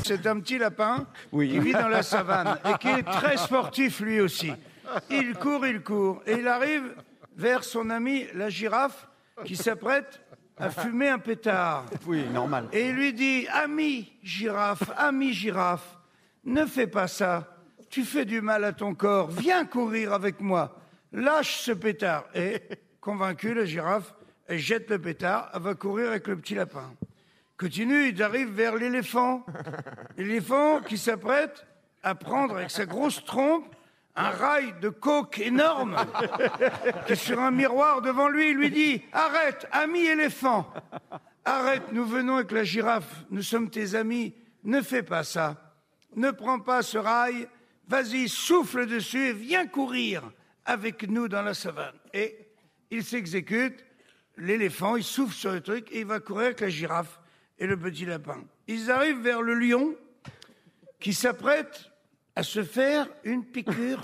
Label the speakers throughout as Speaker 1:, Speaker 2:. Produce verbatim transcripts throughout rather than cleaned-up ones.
Speaker 1: c'est un petit lapin
Speaker 2: Oui.
Speaker 1: qui vit dans la savane et qui est très sportif lui aussi. Il court, il court, et il arrive vers son ami la girafe qui s'apprête à fumer un pétard.
Speaker 2: Oui, normal.
Speaker 1: Et il lui dit, ami girafe, ami girafe, ne fais pas ça. Tu fais du mal à ton corps. Viens courir avec moi. Lâche ce pétard. Et, convaincu, la girafe, elle jette le pétard. Elle va courir avec le petit lapin. Continue, il arrive vers l'éléphant. L'éléphant qui s'apprête à prendre avec sa grosse trompe un rail de coke énorme qui, sur un miroir devant lui, lui dit « Arrête, ami éléphant. Arrête, nous venons avec la girafe. Nous sommes tes amis. Ne fais pas ça. Ne prends pas ce rail. Vas-y, souffle dessus et viens courir avec nous dans la savane. » Et il s'exécute. L'éléphant, il souffle sur le truc et il va courir avec la girafe et le petit lapin. Ils arrivent vers le lion qui s'apprête à se faire une piqûre.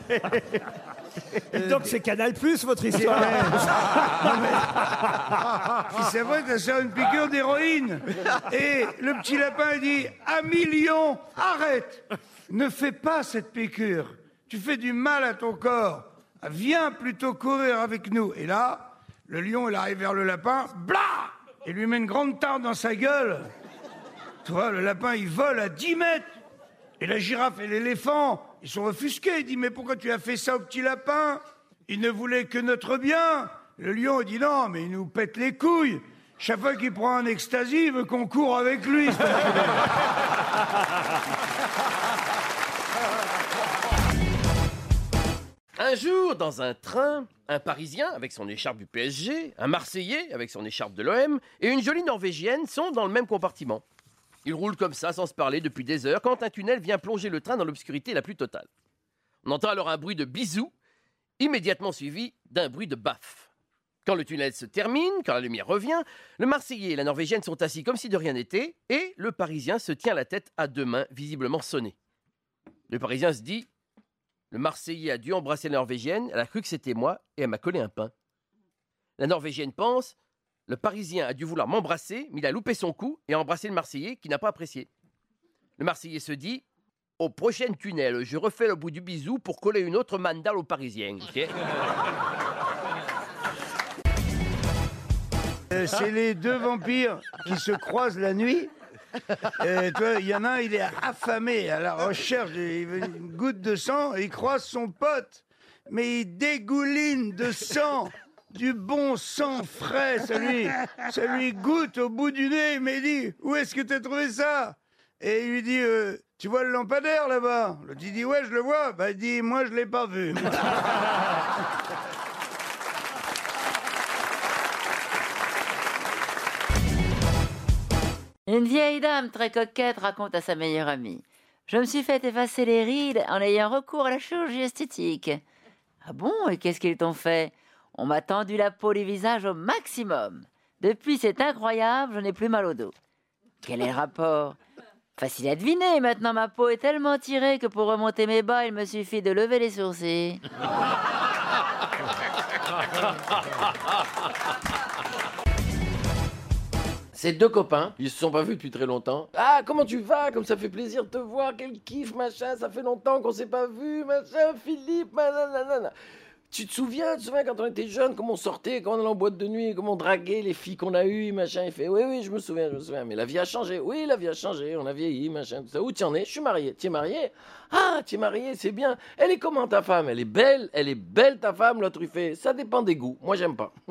Speaker 3: euh, Donc c'est Canal plus, votre histoire.
Speaker 1: Il s'apprête à se faire une piqûre d'héroïne. Et le petit lapin dit « Ami lion, arrête. Ne fais pas cette piqûre. Tu fais du mal à ton corps. Viens plutôt courir avec nous. » Et là, le lion, il arrive vers le lapin. Blah! Il lui met une grande tarte dans sa gueule. Tu vois, le lapin, il vole à dix mètres. Et la girafe et l'éléphant, ils sont offusqués. Il dit, mais pourquoi tu as fait ça au petit lapin? Il ne voulait que notre bien. Le lion, il dit, non, mais il nous pète les couilles. Chaque fois qu'il prend un ecstasy, il veut qu'on court avec lui.
Speaker 4: Un jour, dans un train, un Parisien avec son écharpe du P S G, un Marseillais avec son écharpe de l'O M et une jolie Norvégienne sont dans le même compartiment. Ils roulent comme ça, sans se parler, depuis des heures, quand un tunnel vient plonger le train dans l'obscurité la plus totale. On entend alors un bruit de bisous, immédiatement suivi d'un bruit de baffe. Quand le tunnel se termine, quand la lumière revient, le Marseillais et la Norvégienne sont assis comme si de rien n'était, et le Parisien se tient la tête à deux mains, visiblement sonné. Le Parisien se dit... Le Marseillais a dû embrasser la Norvégienne, elle a cru que c'était moi et elle m'a collé un pain. La Norvégienne pense, le Parisien a dû vouloir m'embrasser, mais il a loupé son coup et a embrassé le Marseillais qui n'a pas apprécié. Le Marseillais se dit, au prochain tunnel, je refais le bout du bisou pour coller une autre mandale au Parisien. Okay.
Speaker 1: euh, C'est les deux vampires qui se croisent la nuit. Euh, il y en a un, il est affamé à la recherche d'une goutte de sang et il croise son pote, mais il dégouline de sang, du bon sang frais, ça lui, ça lui goûte au bout du nez, mais il dit, où est-ce que t'as trouvé ça? Et il lui dit, euh, tu vois le lampadaire là-bas? L'autre il dit, ouais, je le vois. Bah, il dit, moi je l'ai pas vu.
Speaker 5: Une vieille dame très coquette raconte à sa meilleure amie. Je me suis fait effacer les rides en ayant recours à la chirurgie esthétique. Ah bon? Et qu'est-ce qu'ils t'ont fait? On m'a tendu la peau du visage au maximum. Depuis, c'est incroyable, je n'ai plus mal au dos. Quel est le rapport? Facile à deviner, maintenant ma peau est tellement tirée que pour remonter mes bas, il me suffit de lever les sourcils.
Speaker 4: Ces deux copains, ils se sont pas vus depuis très longtemps. Ah, comment tu vas? Comme ça fait plaisir de te voir, quel kiff, machin, ça fait longtemps qu'on s'est pas vu, machin, Philippe, nanana. Tu te souviens, tu te souviens quand on était jeunes, comment on sortait, comment on allait en boîte de nuit, comment on draguait les filles qu'on a eues, machin. Il fait, oui, oui, je me souviens, je me souviens, mais la vie a changé. Oui, la vie a changé, on a vieilli, machin, tout ça. Où tu en es? Je suis marié. Tu es marié? Ah, tu es marié, c'est bien. Elle est comment ta femme? Elle est belle, elle est belle ta femme. L'autre il fait, ça dépend des goûts. Moi j'aime pas.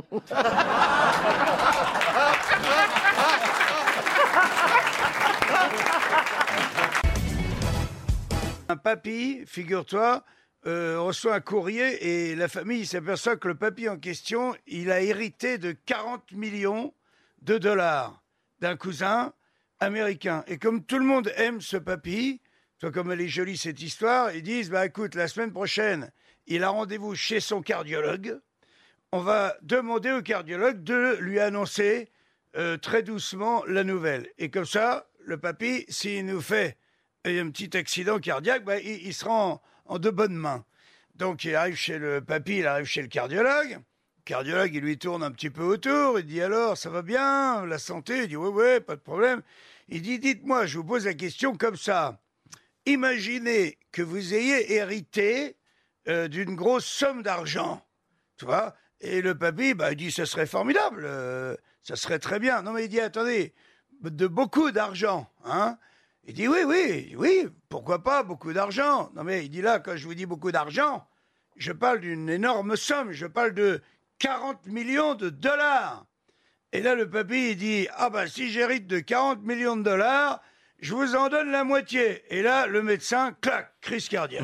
Speaker 1: Un papy, figure-toi, euh, reçoit un courrier et la famille s'aperçoit que le papy en question, il a hérité de quarante millions de dollars d'un cousin américain. Et comme tout le monde aime ce papy, toi comme elle est jolie cette histoire, ils disent, bah écoute, la semaine prochaine, il a rendez-vous chez son cardiologue. On va demander au cardiologue de lui annoncer euh, très doucement la nouvelle. Et comme ça, le papy, s'il nous fait un petit accident cardiaque, bah, il, il sera en, en de bonnes mains. Donc il arrive chez le papy, il arrive chez le cardiologue, Cardiologue, il lui tourne un petit peu autour. Il dit, alors, ça va bien, la santé? Il dit, oui, oui, pas de problème. Il dit, dites-moi, je vous pose la question comme ça. Imaginez que vous ayez hérité euh, d'une grosse somme d'argent, tu vois. Et le papy, bah, il dit, ce serait formidable, euh, ça serait très bien. Non, mais il dit, attendez, de beaucoup d'argent, hein. Il dit, oui, oui, oui, pourquoi pas, beaucoup d'argent. Non, mais il dit là, quand je vous dis beaucoup d'argent, je parle d'une énorme somme, je parle de quarante millions de dollars. Et là, le papy, il dit, ah ben, si j'hérite de quarante millions de dollars, je vous en donne la moitié. Et là, le médecin, clac, crise cardiaque.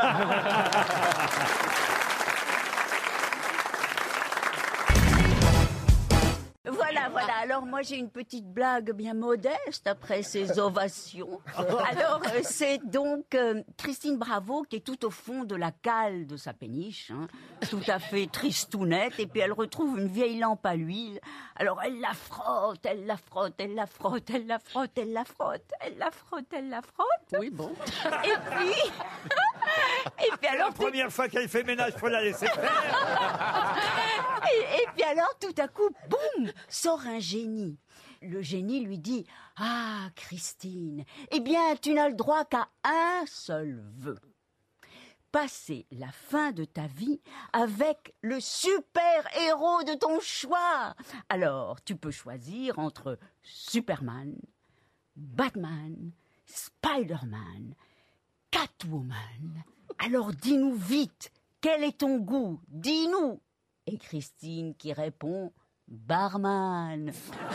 Speaker 2: Voilà, voilà. Alors moi j'ai une petite blague bien modeste après ces ovations. Alors euh, c'est donc euh, Christine Bravo qui est tout au fond de la cale de sa péniche, hein, tout à fait tristounette, et puis elle retrouve une vieille lampe à l'huile. Alors elle la frotte, elle la frotte, elle la frotte, elle la frotte, elle la frotte, elle la frotte, elle la frotte.
Speaker 4: Oui, bon.
Speaker 2: Et puis... Et puis alors...
Speaker 3: La première fois qu'elle fait ménage, faut la laisser faire.
Speaker 2: Et, et puis alors, tout à coup, boum, sort un génie. Le génie lui dit, « Ah, Christine, eh bien, tu n'as le droit qu'à un seul vœu. Passer la fin de ta vie avec le super-héros de ton choix. Alors, tu peux choisir entre Superman, Batman, Spider-Man, Catwoman. Alors, dis-nous vite, quel est ton goût? Dis-nous. » Et Christine qui répond « Barman ».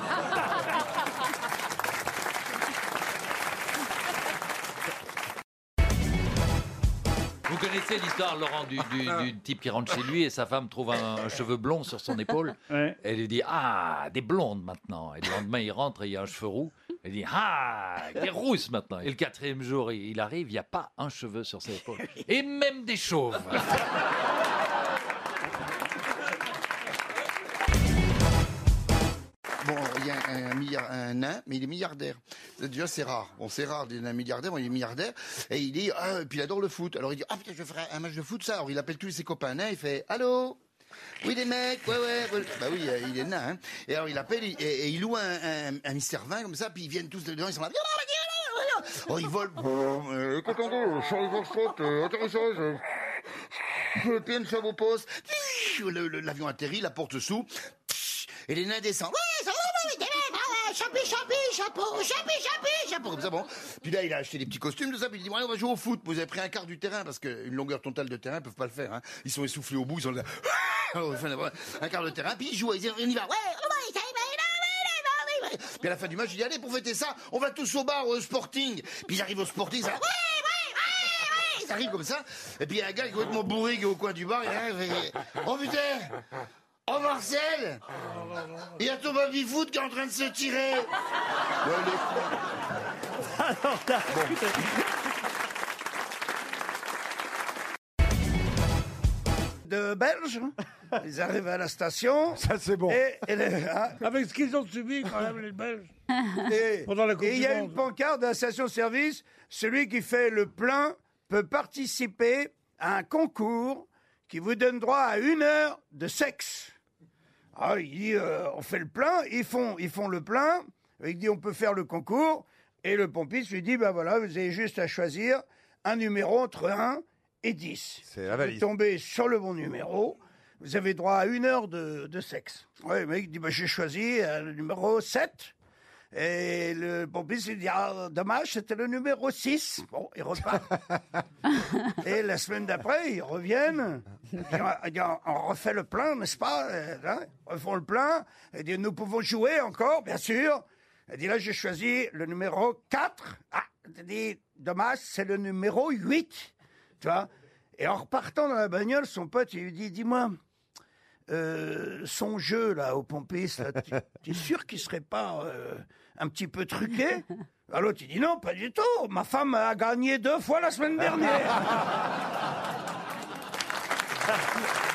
Speaker 6: Vous connaissez l'histoire, Laurent, du, du, du type qui rentre chez lui et sa femme trouve un, un cheveu blond sur son épaule.
Speaker 3: Ouais.
Speaker 6: Elle lui dit « Ah, des blondes maintenant ». Et le lendemain, il rentre et il y a un cheveu roux. Elle dit « Ah, des rousses maintenant ». Et le quatrième jour, il arrive, il n'y a pas un cheveu sur ses épaules. Et même des chauves.
Speaker 7: Bon, il y a un, un, milliard, un nain, mais il est milliardaire. Déjà, c'est rare. Bon, c'est rare d'un milliardaire, bon, il est milliardaire. Et il dit, ah, et puis il adore le foot. Alors il dit, ah putain, je vais faire un match de foot, ça. Alors il appelle tous ses copains nains, il fait, allô? Oui, des mecs, ouais, ouais, ouais. Bah oui, il est nain, hein. Et alors il appelle, et, et il loue un, un, un Mister vingt comme ça, puis ils viennent tous dedans, ils sont là. Oh, ils volent. Euh, attendez, Charlie Foxtrot, euh, atterrissage. Le P M sur vos postes. L'avion atterrit, la porte s'ouvre. Et les nains descendent. Ouais, ça va, champi, champi, chapeau, champi, champi, chapeau. Comme ça, bon. Puis là, il a acheté des petits costumes de ça, puis il dit, ouais, on va jouer au foot. Vous avez pris un quart du terrain, parce qu'une longueur totale de terrain, ils peuvent pas le faire, hein. Ils sont essoufflés au bout, ils sont là. Alors, un quart de terrain, puis ils jouent, ils disent, on y va. Ouais, on va, puis à la fin du match, il dit, allez, pour fêter ça, on va tous au bar, au Sporting. Puis ils arrivent au Sporting, ça, ouais, ouais, ouais, ouais. Ils arrivent comme ça. Et puis il y a un gars qui est complètement bourré, qui est au coin du bar, il arrive, et, oh putain! Oh Marcel, il y a Thomas Bifoot qui est en train de se tirer. Ouais,
Speaker 3: Alors là, écoutez.
Speaker 1: De Belges, ils arrivent à la station.
Speaker 3: Ça, c'est bon.
Speaker 1: Et, et les- hein,
Speaker 8: Avec ce qu'ils ont subi quand même, les Belges.
Speaker 1: et-
Speaker 8: Pendant la Coupe
Speaker 1: et il y a
Speaker 8: du
Speaker 1: une
Speaker 8: Monde.
Speaker 1: pancarte de la station-service. Celui qui fait le plein peut participer à un concours qui vous donne droit à une heure de sexe. Ah, il dit, euh, on fait le plein, ils font, ils font le plein. Il dit, on peut faire le concours. Et le pompiste lui dit, ben voilà, vous avez juste à choisir un numéro entre un et dix.
Speaker 3: C'est la
Speaker 1: Vous
Speaker 3: valise.
Speaker 1: tombez sur le bon numéro, vous avez droit à une heure de, de sexe. Ouais, le mec dit, bah, j'ai choisi euh, le numéro sept. Et le pompiste lui dit, ah, dommage, c'était le numéro six. Bon, il repart. Et la semaine d'après, ils reviennent. Ils disent, ils disent, on refait le plein, n'est-ce pas? Euh, hein, Ils refont le plein. Ils disent, nous pouvons jouer encore, bien sûr. Il dit, là, j'ai choisi le numéro quatre. Ah, il dit, dommage, c'est le numéro huit. Tu vois? Et en repartant dans la bagnole, son pote, il lui dit, dis-moi, euh, son jeu, là, au pompiste, là, tu es sûr qu'il serait pas euh, un petit peu truqué? Alors l'autre, il dit, non, pas du tout. Ma femme a gagné deux fois la semaine dernière.